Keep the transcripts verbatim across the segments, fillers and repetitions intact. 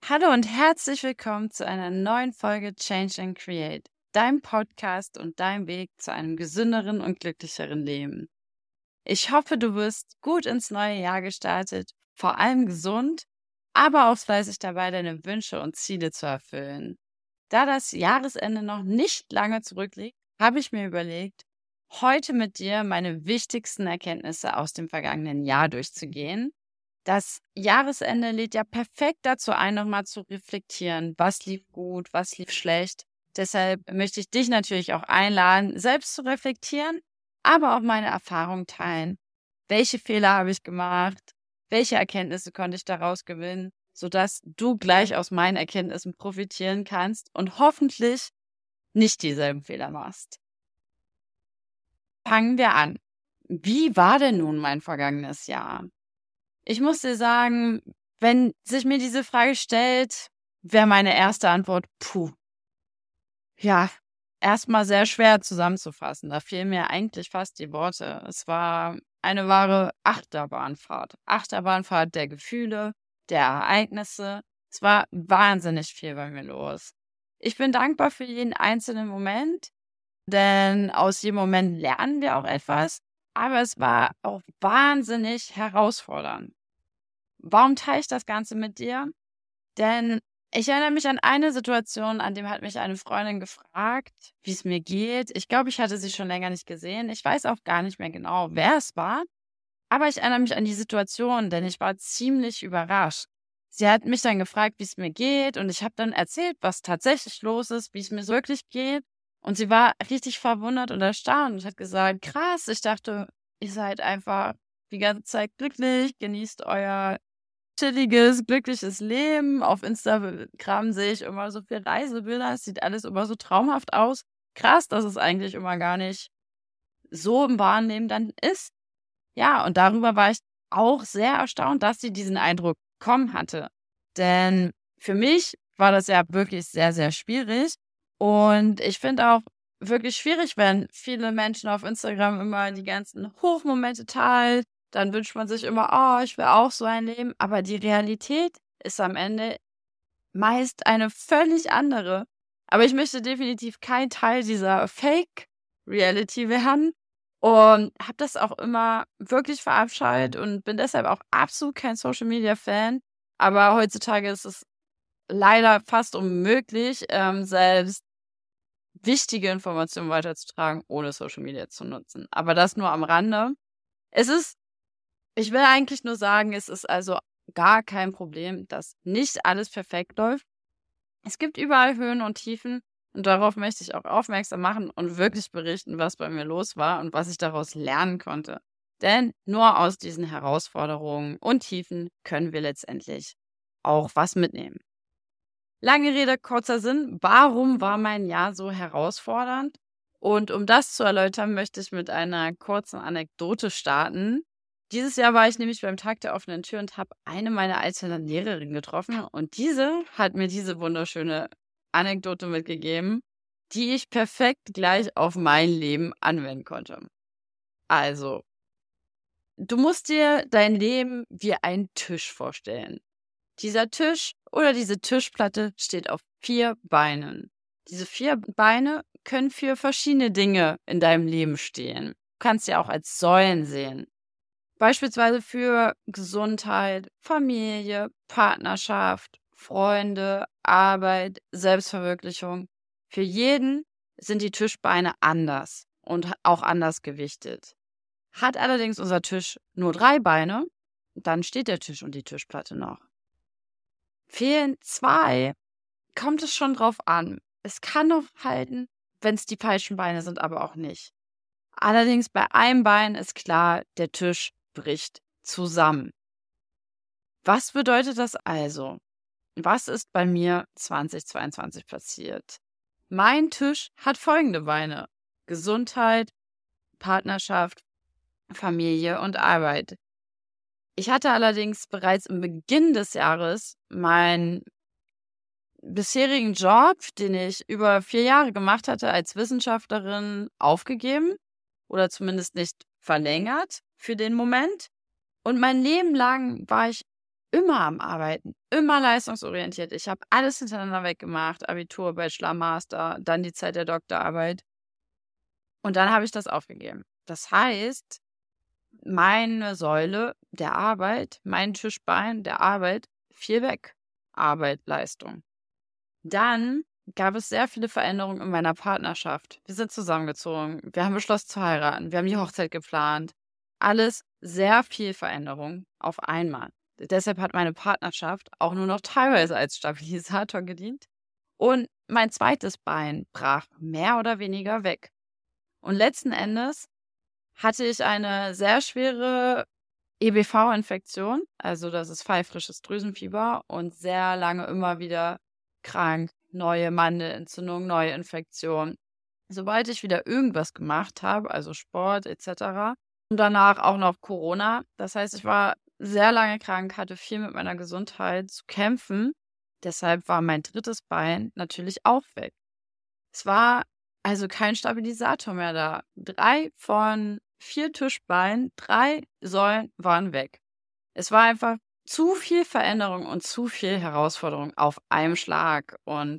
Hallo und herzlich willkommen zu einer neuen Folge Change and Create, deinem Podcast und deinem Weg zu einem gesünderen und glücklicheren Leben. Ich hoffe, du wirst gut ins neue Jahr gestartet, vor allem gesund, aber auch fleißig dabei, deine Wünsche und Ziele zu erfüllen. Da das Jahresende noch nicht lange zurückliegt, habe ich mir überlegt, heute mit dir meine wichtigsten Erkenntnisse aus dem vergangenen Jahr durchzugehen. Das Jahresende lädt ja perfekt dazu ein, nochmal zu reflektieren, was lief gut, was lief schlecht. Deshalb möchte ich dich natürlich auch einladen, selbst zu reflektieren, aber auch meine Erfahrungen teilen. Welche Fehler habe ich gemacht? Welche Erkenntnisse konnte ich daraus gewinnen, sodass du gleich aus meinen Erkenntnissen profitieren kannst und hoffentlich nicht dieselben Fehler machst. Fangen wir an. Wie war denn nun mein vergangenes Jahr? Ich muss dir sagen, wenn sich mir diese Frage stellt, wäre meine erste Antwort, puh. Ja, erstmal sehr schwer zusammenzufassen. Da fehlen mir eigentlich fast die Worte. Es war eine wahre Achterbahnfahrt. Achterbahnfahrt der Gefühle, der Ereignisse. Es war wahnsinnig viel bei mir los. Ich bin dankbar für jeden einzelnen Moment, denn aus jedem Moment lernen wir auch etwas. Aber es war auch wahnsinnig herausfordernd. Warum teile ich das Ganze mit dir? Denn ich erinnere mich an eine Situation, an dem hat mich eine Freundin gefragt, wie es mir geht. Ich glaube, ich hatte sie schon länger nicht gesehen. Ich weiß auch gar nicht mehr genau, wer es war. Aber ich erinnere mich an die Situation, denn ich war ziemlich überrascht. Sie hat mich dann gefragt, wie es mir geht, und ich habe dann erzählt, was tatsächlich los ist, wie es mir so wirklich geht. Und sie war richtig verwundert und erstaunt und hat gesagt, krass, ich dachte, ihr seid einfach die ganze Zeit glücklich, genießt euer chilliges, glückliches Leben. Auf Instagram sehe ich immer so viele Reisebilder. Es sieht alles immer so traumhaft aus. Krass, dass es eigentlich immer gar nicht so im wahren Leben dann ist. Ja, und darüber war ich auch sehr erstaunt, dass sie diesen Eindruck bekommen hatte. Denn für mich war das ja wirklich sehr, sehr schwierig. Und ich finde auch wirklich schwierig, wenn viele Menschen auf Instagram immer die ganzen Hochmomente teilen. Dann wünscht man sich immer, oh, ich will auch so ein Leben. Aber die Realität ist am Ende meist eine völlig andere. Aber ich möchte definitiv kein Teil dieser Fake-Reality werden und habe das auch immer wirklich verabscheut und bin deshalb auch absolut kein Social-Media-Fan. Aber heutzutage ist es leider fast unmöglich, ähm, selbst wichtige Informationen weiterzutragen, ohne Social Media zu nutzen. Aber das nur am Rande. Es ist, ich will eigentlich nur sagen, es ist also gar kein Problem, dass nicht alles perfekt läuft. Es gibt überall Höhen und Tiefen und darauf möchte ich auch aufmerksam machen und wirklich berichten, was bei mir los war und was ich daraus lernen konnte. Denn nur aus diesen Herausforderungen und Tiefen können wir letztendlich auch was mitnehmen. Lange Rede, kurzer Sinn. Warum war mein Jahr so herausfordernd? Und um das zu erläutern, möchte ich mit einer kurzen Anekdote starten. Dieses Jahr war ich nämlich beim Tag der offenen Tür und habe eine meiner alten Lehrerinnen getroffen. Und diese hat mir diese wunderschöne Anekdote mitgegeben, die ich perfekt gleich auf mein Leben anwenden konnte. Also, du musst dir dein Leben wie einen Tisch vorstellen. Dieser Tisch oder diese Tischplatte steht auf vier Beinen. Diese vier Beine können für verschiedene Dinge in deinem Leben stehen. Du kannst sie auch als Säulen sehen. Beispielsweise für Gesundheit, Familie, Partnerschaft, Freunde, Arbeit, Selbstverwirklichung. Für jeden sind die Tischbeine anders und auch anders gewichtet. Hat allerdings unser Tisch nur drei Beine, dann steht der Tisch und die Tischplatte noch. Fehlen zwei, kommt es schon drauf an. Es kann noch halten, wenn es die falschen Beine sind, aber auch nicht. Allerdings bei einem Bein ist klar, der Tisch bricht zusammen. Was bedeutet das also? Was ist bei mir zweitausendzweiundzwanzig passiert? Mein Tisch hat folgende Beine: Gesundheit, Partnerschaft, Familie und Arbeit. Ich hatte allerdings bereits im Beginn des Jahres meinen bisherigen Job, den ich über vier Jahre gemacht hatte als Wissenschaftlerin, aufgegeben oder zumindest nicht verlängert für den Moment. Und mein Leben lang war ich immer am Arbeiten, immer leistungsorientiert. Ich habe alles hintereinander weggemacht, Abitur, Bachelor, Master, dann die Zeit der Doktorarbeit. Und dann habe ich das aufgegeben. Das heißt, meine Säule der Arbeit, mein Tischbein der Arbeit fiel weg. Arbeit, Leistung. Dann gab es sehr viele Veränderungen in meiner Partnerschaft. Wir sind zusammengezogen, wir haben beschlossen zu heiraten, wir haben die Hochzeit geplant. Alles sehr viel Veränderung auf einmal. Deshalb hat meine Partnerschaft auch nur noch teilweise als Stabilisator gedient. Und mein zweites Bein brach mehr oder weniger weg. Und letzten Endes hatte ich eine sehr schwere E B V-Infektion, also das ist pfeifrisches Drüsenfieber und sehr lange immer wieder krank, neue Mandelentzündung, neue Infektion. Sobald ich wieder irgendwas gemacht habe, also Sport et cetera, und danach auch noch Corona, das heißt, ich war sehr lange krank, hatte viel mit meiner Gesundheit zu kämpfen. Deshalb war mein drittes Bein natürlich auch weg. Es war also kein Stabilisator mehr da. Drei von vier Tischbeinen, drei Säulen waren weg. Es war einfach zu viel Veränderung und zu viel Herausforderung auf einem Schlag. Und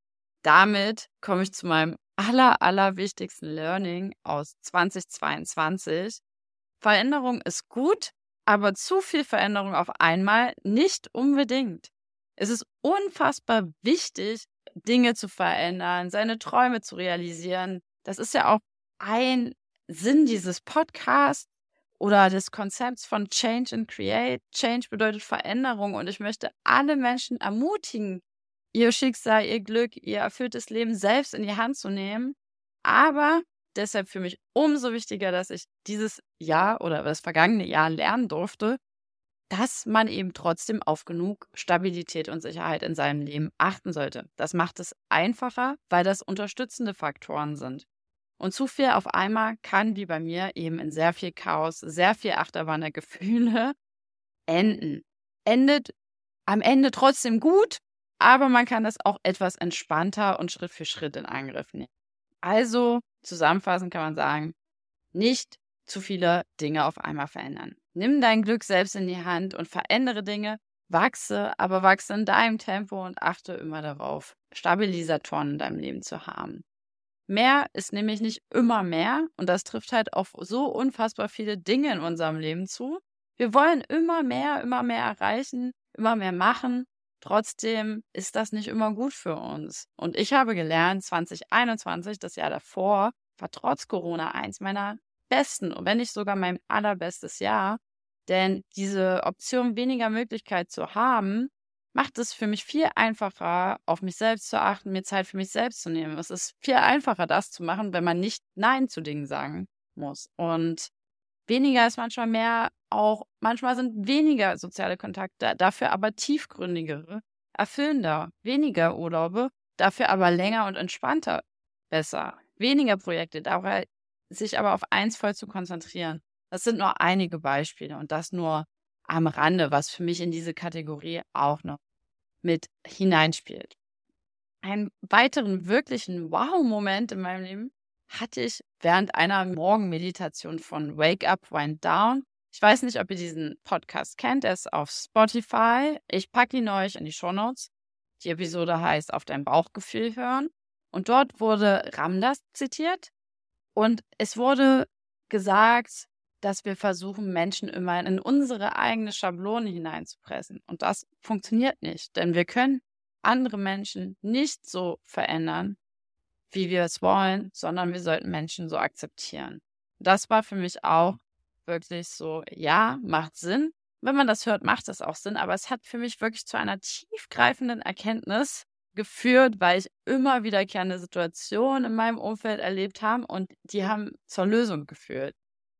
damit komme ich zu meinem aller, aller wichtigsten Learning aus zwanzig zweiundzwanzig. Veränderung ist gut, aber zu viel Veränderung auf einmal nicht unbedingt. Es ist unfassbar wichtig, Dinge zu verändern, seine Träume zu realisieren. Das ist ja auch ein Sinn dieses Podcasts oder des Konzepts von Change and Create. Change bedeutet Veränderung und ich möchte alle Menschen ermutigen, ihr Schicksal, ihr Glück, ihr erfülltes Leben selbst in die Hand zu nehmen. Aber deshalb für mich umso wichtiger, dass ich dieses Jahr oder das vergangene Jahr lernen durfte, dass man eben trotzdem auf genug Stabilität und Sicherheit in seinem Leben achten sollte. Das macht es einfacher, weil das unterstützende Faktoren sind. Und zu viel auf einmal kann, wie bei mir, eben in sehr viel Chaos, sehr viel Achterbahn der Gefühle enden. Endet am Ende trotzdem gut, aber man kann das auch etwas entspannter und Schritt für Schritt in Angriff nehmen. Also, zusammenfassend kann man sagen, nicht zu viele Dinge auf einmal verändern. Nimm dein Glück selbst in die Hand und verändere Dinge, wachse, aber wachse in deinem Tempo und achte immer darauf, Stabilisatoren in deinem Leben zu haben. Mehr ist nämlich nicht immer mehr und das trifft halt auf so unfassbar viele Dinge in unserem Leben zu. Wir wollen immer mehr, immer mehr erreichen, immer mehr machen. Trotzdem ist das nicht immer gut für uns. Und ich habe gelernt, zwanzig einundzwanzig, das Jahr davor, war trotz Corona eins meiner besten und wenn nicht sogar mein allerbestes Jahr. Denn diese Option, weniger Möglichkeit zu haben, macht es für mich viel einfacher, auf mich selbst zu achten, mir Zeit für mich selbst zu nehmen. Es ist viel einfacher, das zu machen, wenn man nicht Nein zu Dingen sagen muss. Und weniger ist manchmal mehr, auch manchmal sind weniger soziale Kontakte, dafür aber tiefgründigere, erfüllender, weniger Urlaube, dafür aber länger und entspannter besser. Weniger Projekte, dabei sich aber auf eins voll zu konzentrieren. Das sind nur einige Beispiele und das nur am Rande, was für mich in diese Kategorie auch noch mit hineinspielt. Einen weiteren wirklichen Wow-Moment in meinem Leben hatte ich während einer Morgenmeditation von Wake Up, Wind Down. Ich weiß nicht, ob ihr diesen Podcast kennt, er ist auf Spotify. Ich packe ihn euch in die Shownotes. Die Episode heißt Auf dein Bauchgefühl hören. Und dort wurde Ramdas zitiert und es wurde gesagt, dass wir versuchen, Menschen immer in unsere eigene Schablone hineinzupressen. Und das funktioniert nicht, denn wir können andere Menschen nicht so verändern, wie wir es wollen, sondern wir sollten Menschen so akzeptieren. Das war für mich auch wirklich so, ja, macht Sinn. Wenn man das hört, macht das auch Sinn, aber es hat für mich wirklich zu einer tiefgreifenden Erkenntnis geführt, weil ich immer wiederkehrende Situationen in meinem Umfeld erlebt habe und die haben zur Lösung geführt.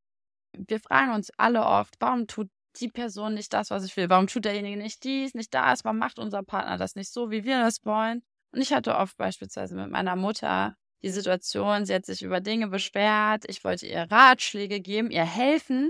Wir fragen uns alle oft, warum tut die Person nicht das, was ich will? Warum tut derjenige nicht dies, nicht das? Warum macht unser Partner das nicht so, wie wir das wollen? Und ich hatte oft beispielsweise mit meiner Mutter die Situation, sie hat sich über Dinge beschwert, ich wollte ihr Ratschläge geben, ihr helfen,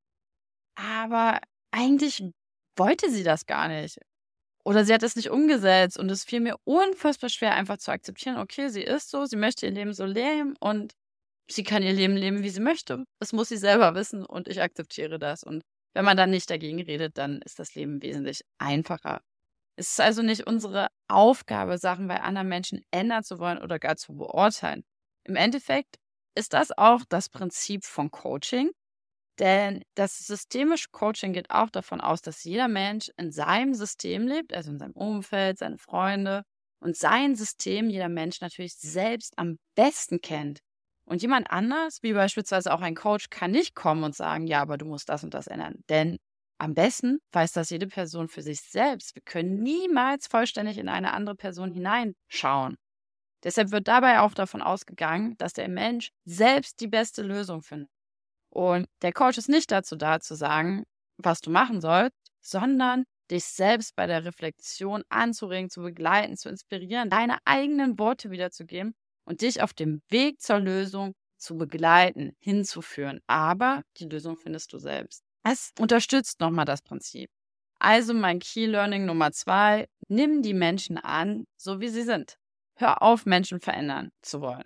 aber eigentlich wollte sie das gar nicht. Oder sie hat es nicht umgesetzt und es fiel mir unfassbar schwer, einfach zu akzeptieren, okay, sie ist so, sie möchte ihr Leben so leben und sie kann ihr Leben leben, wie sie möchte. Das muss sie selber wissen und ich akzeptiere das. Und Wenn man dann nicht dagegen redet, dann ist das Leben wesentlich einfacher. Es ist also nicht unsere Aufgabe, Sachen bei anderen Menschen ändern zu wollen oder gar zu beurteilen. Im Endeffekt ist das auch das Prinzip von Coaching, denn das systemische Coaching geht auch davon aus, dass jeder Mensch in seinem System lebt, also in seinem Umfeld, seine Freunde und sein System jeder Mensch natürlich selbst am besten kennt. Und jemand anders, wie beispielsweise auch ein Coach, kann nicht kommen und sagen, ja, aber du musst das und das ändern. Denn am besten weiß das jede Person für sich selbst. Wir können niemals vollständig in eine andere Person hineinschauen. Deshalb wird dabei auch davon ausgegangen, dass der Mensch selbst die beste Lösung findet. Und der Coach ist nicht dazu da, zu sagen, was du machen sollst, sondern dich selbst bei der Reflexion anzuregen, zu begleiten, zu inspirieren, deine eigenen Worte wiederzugeben und dich auf dem Weg zur Lösung zu begleiten, hinzuführen. Aber die Lösung findest du selbst. Es unterstützt nochmal das Prinzip. Also mein Key Learning Nummer zwei, nimm die Menschen an, so wie sie sind. Hör auf, Menschen verändern zu wollen.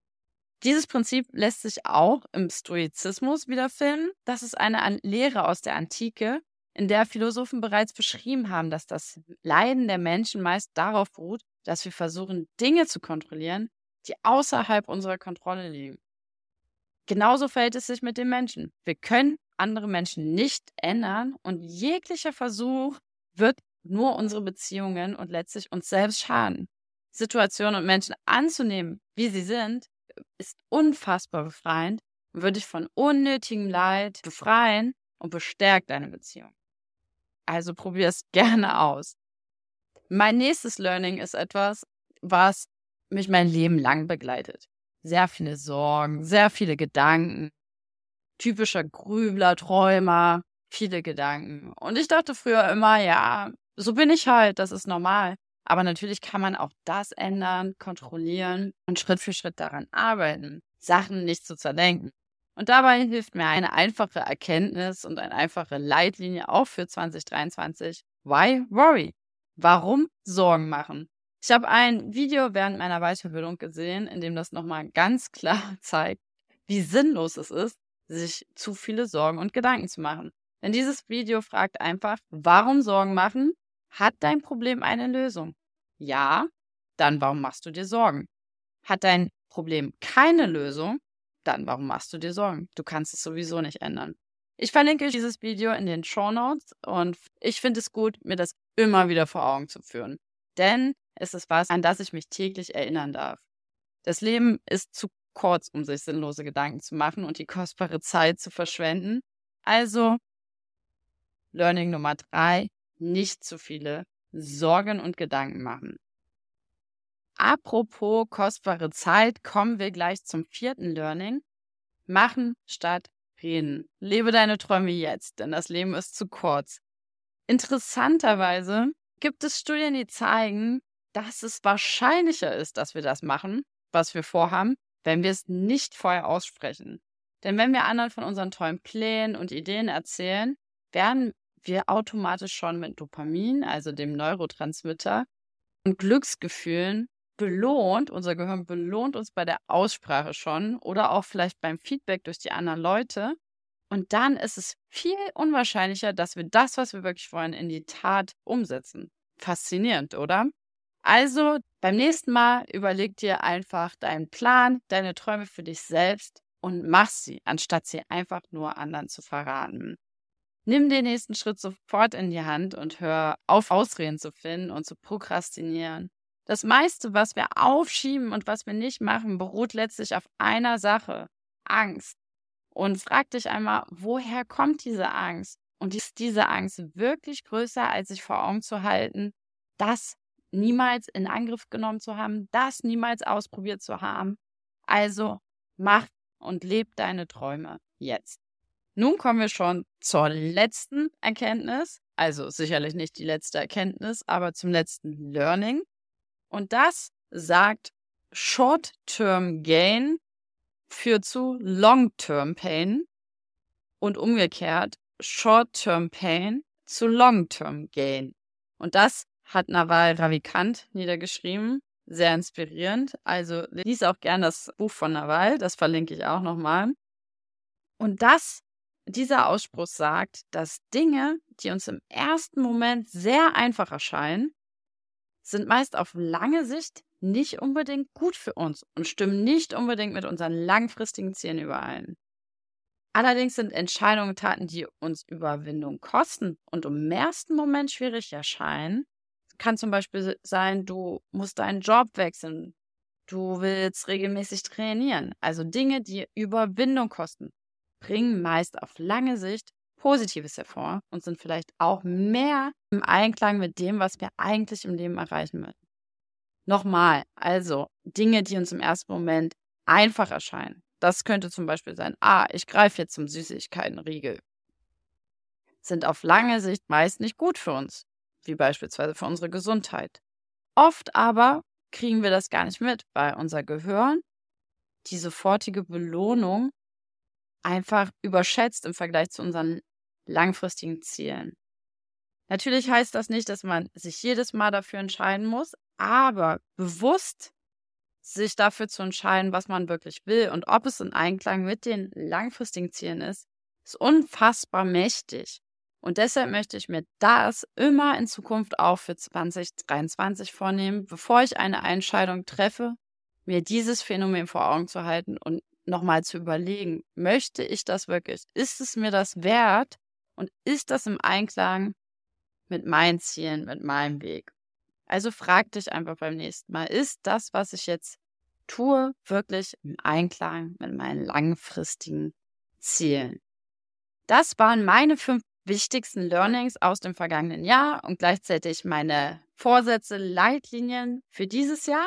Dieses Prinzip lässt sich auch im Stoizismus wiederfinden. Das ist eine Lehre aus der Antike, in der Philosophen bereits beschrieben haben, dass das Leiden der Menschen meist darauf beruht, dass wir versuchen, Dinge zu kontrollieren, die außerhalb unserer Kontrolle liegen. Genauso verhält es sich mit den Menschen. Wir können andere Menschen nicht ändern und jeglicher Versuch wird nur unsere Beziehungen und letztlich uns selbst schaden. Situationen und Menschen anzunehmen, wie sie sind, ist unfassbar befreiend und wird dich von unnötigem Leid befreien und bestärkt deine Beziehung. Also probier es gerne aus. Mein nächstes Learning ist etwas, was mich mein Leben lang begleitet. Sehr viele Sorgen, sehr viele Gedanken, typischer Grübler, Träumer, viele Gedanken. Und ich dachte früher immer, ja, so bin ich halt, das ist normal. Aber natürlich kann man auch das ändern, kontrollieren und Schritt für Schritt daran arbeiten, Sachen nicht zu zerdenken. Und dabei hilft mir eine einfache Erkenntnis und eine einfache Leitlinie auch für zwanzig dreiundzwanzig. Why worry? Warum Sorgen machen? Ich habe ein Video während meiner Weiterbildung gesehen, in dem das nochmal ganz klar zeigt, wie sinnlos es ist, sich zu viele Sorgen und Gedanken zu machen. Denn dieses Video fragt einfach, warum Sorgen machen? Hat dein Problem eine Lösung? Ja, dann warum machst du dir Sorgen? Hat dein Problem keine Lösung? Dann warum machst du dir Sorgen? Du kannst es sowieso nicht ändern. Ich verlinke dieses Video in den Shownotes und ich finde es gut, mir das immer wieder vor Augen zu führen. Denn es ist was, an das ich mich täglich erinnern darf. Das Leben ist zu kurz, um sich sinnlose Gedanken zu machen und die kostbare Zeit zu verschwenden. Also, Learning Nummer drei, nicht zu viele Sorgen und Gedanken machen. Apropos kostbare Zeit, kommen wir gleich zum vierten Learning. Machen statt reden. Lebe deine Träume jetzt, denn das Leben ist zu kurz. Interessanterweise gibt es Studien, die zeigen, dass es wahrscheinlicher ist, dass wir das machen, was wir vorhaben, wenn wir es nicht vorher aussprechen. Denn wenn wir anderen von unseren tollen Plänen und Ideen erzählen, werden wir automatisch schon mit Dopamin, also dem Neurotransmitter, und Glücksgefühlen belohnt. Unser Gehirn belohnt uns bei der Aussprache schon oder auch vielleicht beim Feedback durch die anderen Leute. Und dann ist es viel unwahrscheinlicher, dass wir das, was wir wirklich wollen, in die Tat umsetzen. Faszinierend, oder? Also beim nächsten Mal überleg dir einfach deinen Plan, deine Träume für dich selbst und mach sie, anstatt sie einfach nur anderen zu verraten. Nimm den nächsten Schritt sofort in die Hand und hör auf, Ausreden zu finden und zu prokrastinieren. Das meiste, was wir aufschieben und was wir nicht machen, beruht letztlich auf einer Sache: Angst. Und frag dich einmal, woher kommt diese Angst? Und ist diese Angst wirklich größer, als sich vor Augen zu halten, das niemals in Angriff genommen zu haben, das niemals ausprobiert zu haben? Also mach und leb deine Träume jetzt. Nun kommen wir schon zur letzten Erkenntnis, also sicherlich nicht die letzte Erkenntnis, aber zum letzten Learning. Und das sagt, Short-Term Gain führt zu Long-Term Pain und umgekehrt Short-Term Pain zu Long-Term Gain. Und das hat Naval Ravikant niedergeschrieben, sehr inspirierend. Also lies auch gern das Buch von Naval, das verlinke ich auch nochmal. Und das dieser Ausspruch sagt, dass Dinge, die uns im ersten Moment sehr einfach erscheinen, sind meist auf lange Sicht nicht unbedingt gut für uns und stimmen nicht unbedingt mit unseren langfristigen Zielen überein. Allerdings sind Entscheidungen und Taten, die uns Überwindung kosten und im ersten Moment schwierig erscheinen, kann zum Beispiel sein, du musst deinen Job wechseln, du willst regelmäßig trainieren. Also Dinge, die Überwindung kosten, bringen meist auf lange Sicht Positives hervor und sind vielleicht auch mehr im Einklang mit dem, was wir eigentlich im Leben erreichen möchten. Nochmal, also Dinge, die uns im ersten Moment einfach erscheinen. Das könnte zum Beispiel sein, ah, ich greife jetzt zum Süßigkeitenriegel. Sind auf lange Sicht meist nicht gut für uns, wie beispielsweise für unsere Gesundheit. Oft aber kriegen wir das gar nicht mit, weil unser Gehirn die sofortige Belohnung einfach überschätzt im Vergleich zu unseren langfristigen Zielen. Natürlich heißt das nicht, dass man sich jedes Mal dafür entscheiden muss, aber bewusst sich dafür zu entscheiden, was man wirklich will und ob es in Einklang mit den langfristigen Zielen ist, ist unfassbar mächtig. Und deshalb möchte ich mir das immer in Zukunft auch für zwanzig dreiundzwanzig vornehmen, bevor ich eine Entscheidung treffe, mir dieses Phänomen vor Augen zu halten und nochmal zu überlegen, möchte ich das wirklich? Ist es mir das wert? Und ist das im Einklang mit meinen Zielen, mit meinem Weg? Also frag dich einfach beim nächsten Mal, ist das, was ich jetzt tue, wirklich im Einklang mit meinen langfristigen Zielen? Das waren meine fünf wichtigsten Learnings aus dem vergangenen Jahr und gleichzeitig meine Vorsätze, Leitlinien für dieses Jahr.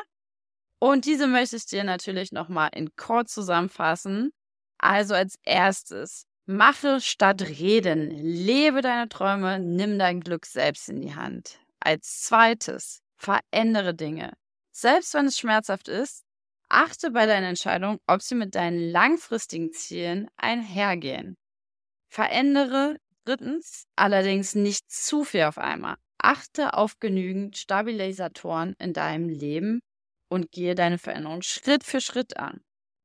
Und diese möchte ich dir natürlich nochmal in kurz zusammenfassen. Also als erstes, mache statt reden, lebe deine Träume, nimm dein Glück selbst in die Hand. Als zweites, verändere Dinge. Selbst wenn es schmerzhaft ist, achte bei deinen Entscheidungen, ob sie mit deinen langfristigen Zielen einhergehen. Verändere drittens allerdings nicht zu viel auf einmal. Achte auf genügend Stabilisatoren in deinem Leben und gehe deine Veränderung Schritt für Schritt an.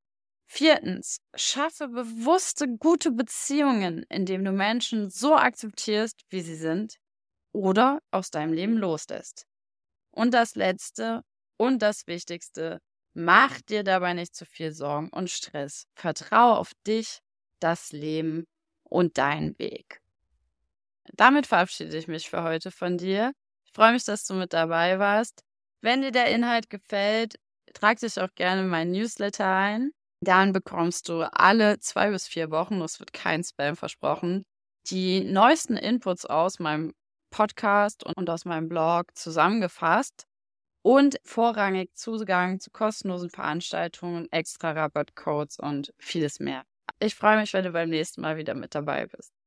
Viertens, schaffe bewusste, gute Beziehungen, indem du Menschen so akzeptierst, wie sie sind oder aus deinem Leben loslässt. Und das Letzte und das Wichtigste, mach dir dabei nicht zu viel Sorgen und Stress. Vertraue auf dich, das Leben und deinen Weg. Damit verabschiede ich mich für heute von dir. Ich freue mich, dass du mit dabei warst. Wenn dir der Inhalt gefällt, trag dich auch gerne in meinen Newsletter ein. Dann bekommst du alle zwei bis vier Wochen, es wird kein Spam versprochen, die neuesten Inputs aus meinem Podcast und aus meinem Blog zusammengefasst und vorrangig Zugang zu kostenlosen Veranstaltungen, extra Rabattcodes und vieles mehr. Ich freue mich, wenn du beim nächsten Mal wieder mit dabei bist.